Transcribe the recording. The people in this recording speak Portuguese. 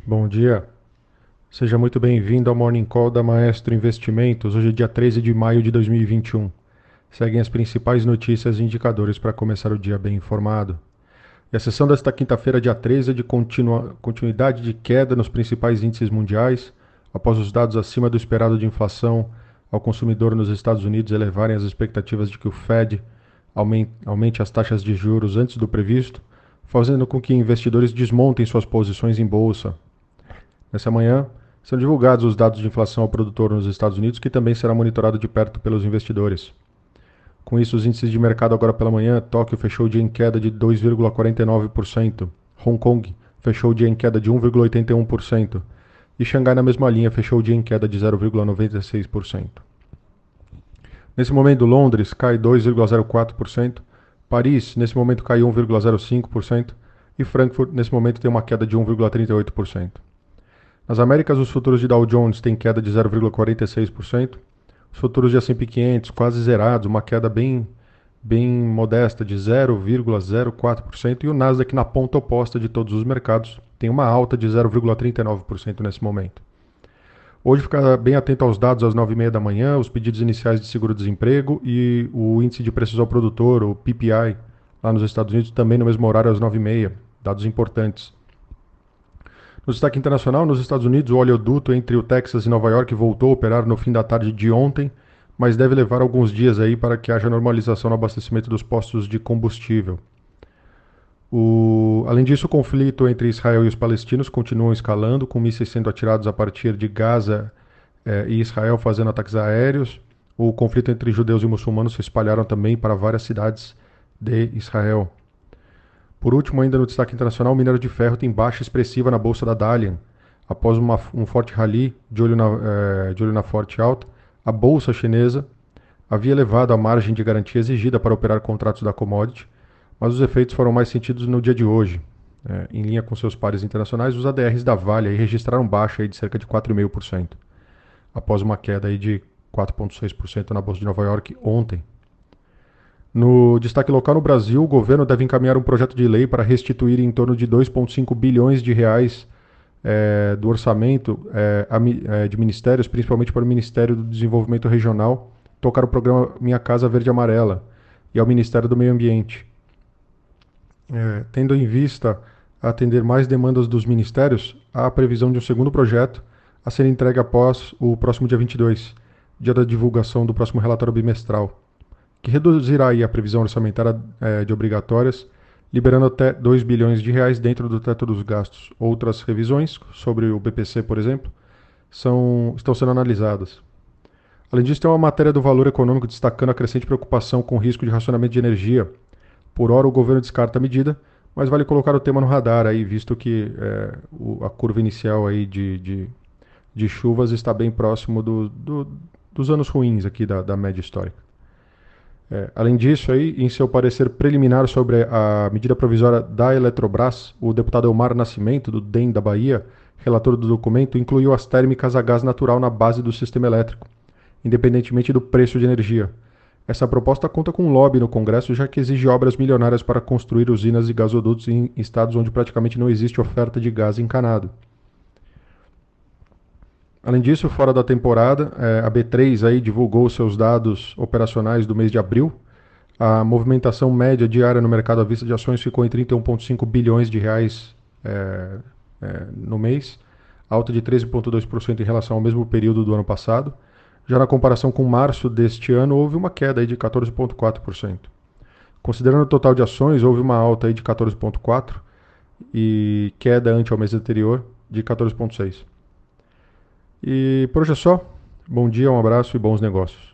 Bom dia, seja muito bem-vindo ao Morning Call da Maestro Investimentos. Hoje é dia 13 de maio de 2021. Seguem as principais notícias e indicadores para começar o dia bem informado. E a sessão desta quinta-feira, dia 13, é de continuidade de queda nos principais índices mundiais, após os dados acima do esperado de inflação ao consumidor nos Estados Unidos elevarem as expectativas de que o Fed aumente as taxas de juros antes do previsto, fazendo com que investidores desmontem suas posições em bolsa. Nessa manhã, são divulgados os dados de inflação ao produtor nos Estados Unidos, que também será monitorado de perto pelos investidores. Com isso, os índices de mercado agora pela manhã, Tóquio fechou o dia em queda de 2,49%, Hong Kong fechou o dia em queda de 1,81% e Xangai na mesma linha fechou o dia em queda de 0,96%. Nesse momento, Londres cai 2,04%, Paris nesse momento cai 1,05% e Frankfurt nesse momento tem uma queda de 1,38%. Nas Américas, os futuros de Dow Jones têm queda de 0,46%. Os futuros de S&P 500 quase zerados, uma queda bem modesta de 0,04%. E o Nasdaq na ponta oposta de todos os mercados tem uma alta de 0,39% nesse momento. Hoje fica bem atento aos dados às 9h30 da manhã, os pedidos iniciais de seguro-desemprego e o índice de preços ao produtor, o PPI, lá nos Estados Unidos, também no mesmo horário às 9h30. Dados importantes. No destaque internacional, nos Estados Unidos, o oleoduto entre o Texas e Nova York voltou a operar no fim da tarde de ontem, mas deve levar alguns dias aí para que haja normalização no abastecimento dos postos de combustível. Além disso, o conflito entre Israel e os palestinos continua escalando, com mísseis sendo atirados a partir de Gaza e Israel fazendo ataques aéreos. O conflito entre judeus e muçulmanos se espalharam também para várias cidades de Israel. Por último, ainda no destaque internacional, o minério de ferro tem baixa expressiva na bolsa da Dalian. Após um forte rally de olho na forte alta, a bolsa chinesa havia elevado a margem de garantia exigida para operar contratos da commodity, mas os efeitos foram mais sentidos no dia de hoje. Em linha com seus pares internacionais, os ADRs da Vale registraram baixa de cerca de 4,5%, após uma queda de 4,6% na bolsa de Nova York ontem. No destaque local no Brasil, o governo deve encaminhar um projeto de lei para restituir em torno de 2,5 bilhões de reais do orçamento de ministérios, principalmente para o Ministério do Desenvolvimento Regional, tocar o programa Minha Casa Verde e Amarela, e ao Ministério do Meio Ambiente. Tendo em vista atender mais demandas dos ministérios, há a previsão de um segundo projeto a ser entregue após o próximo dia 22, dia da divulgação do próximo relatório bimestral, que reduzirá aí a previsão orçamentária de obrigatórias, liberando até 2 bilhões de reais dentro do teto dos gastos. Outras revisões, sobre o BPC, por exemplo, estão sendo analisadas. Além disso, tem uma matéria do Valor Econômico destacando a crescente preocupação com o risco de racionamento de energia. Por hora, o governo descarta a medida, mas vale colocar o tema no radar, aí, visto que a curva inicial aí de chuvas está bem próximo dos anos ruins aqui da média histórica. Além disso, aí, em seu parecer preliminar sobre a medida provisória da Eletrobras, o deputado Elmar Nascimento, do DEM da Bahia, relator do documento, incluiu as térmicas a gás natural na base do sistema elétrico, independentemente do preço de energia. Essa proposta conta com um lobby no Congresso, já que exige obras milionárias para construir usinas e gasodutos em estados onde praticamente não existe oferta de gás encanado. Além disso, fora da temporada, a B3 aí divulgou seus dados operacionais do mês de abril. A movimentação média diária no mercado à vista de ações ficou em 31,5 bilhões de reais no mês, alta de 13,2% em relação ao mesmo período do ano passado. Já na comparação com março deste ano, houve uma queda aí de 14,4%. Considerando o total de ações, houve uma alta aí de 14,4% e queda ante ao mês anterior de 14,6%. E por hoje é só. Bom dia, um abraço e bons negócios.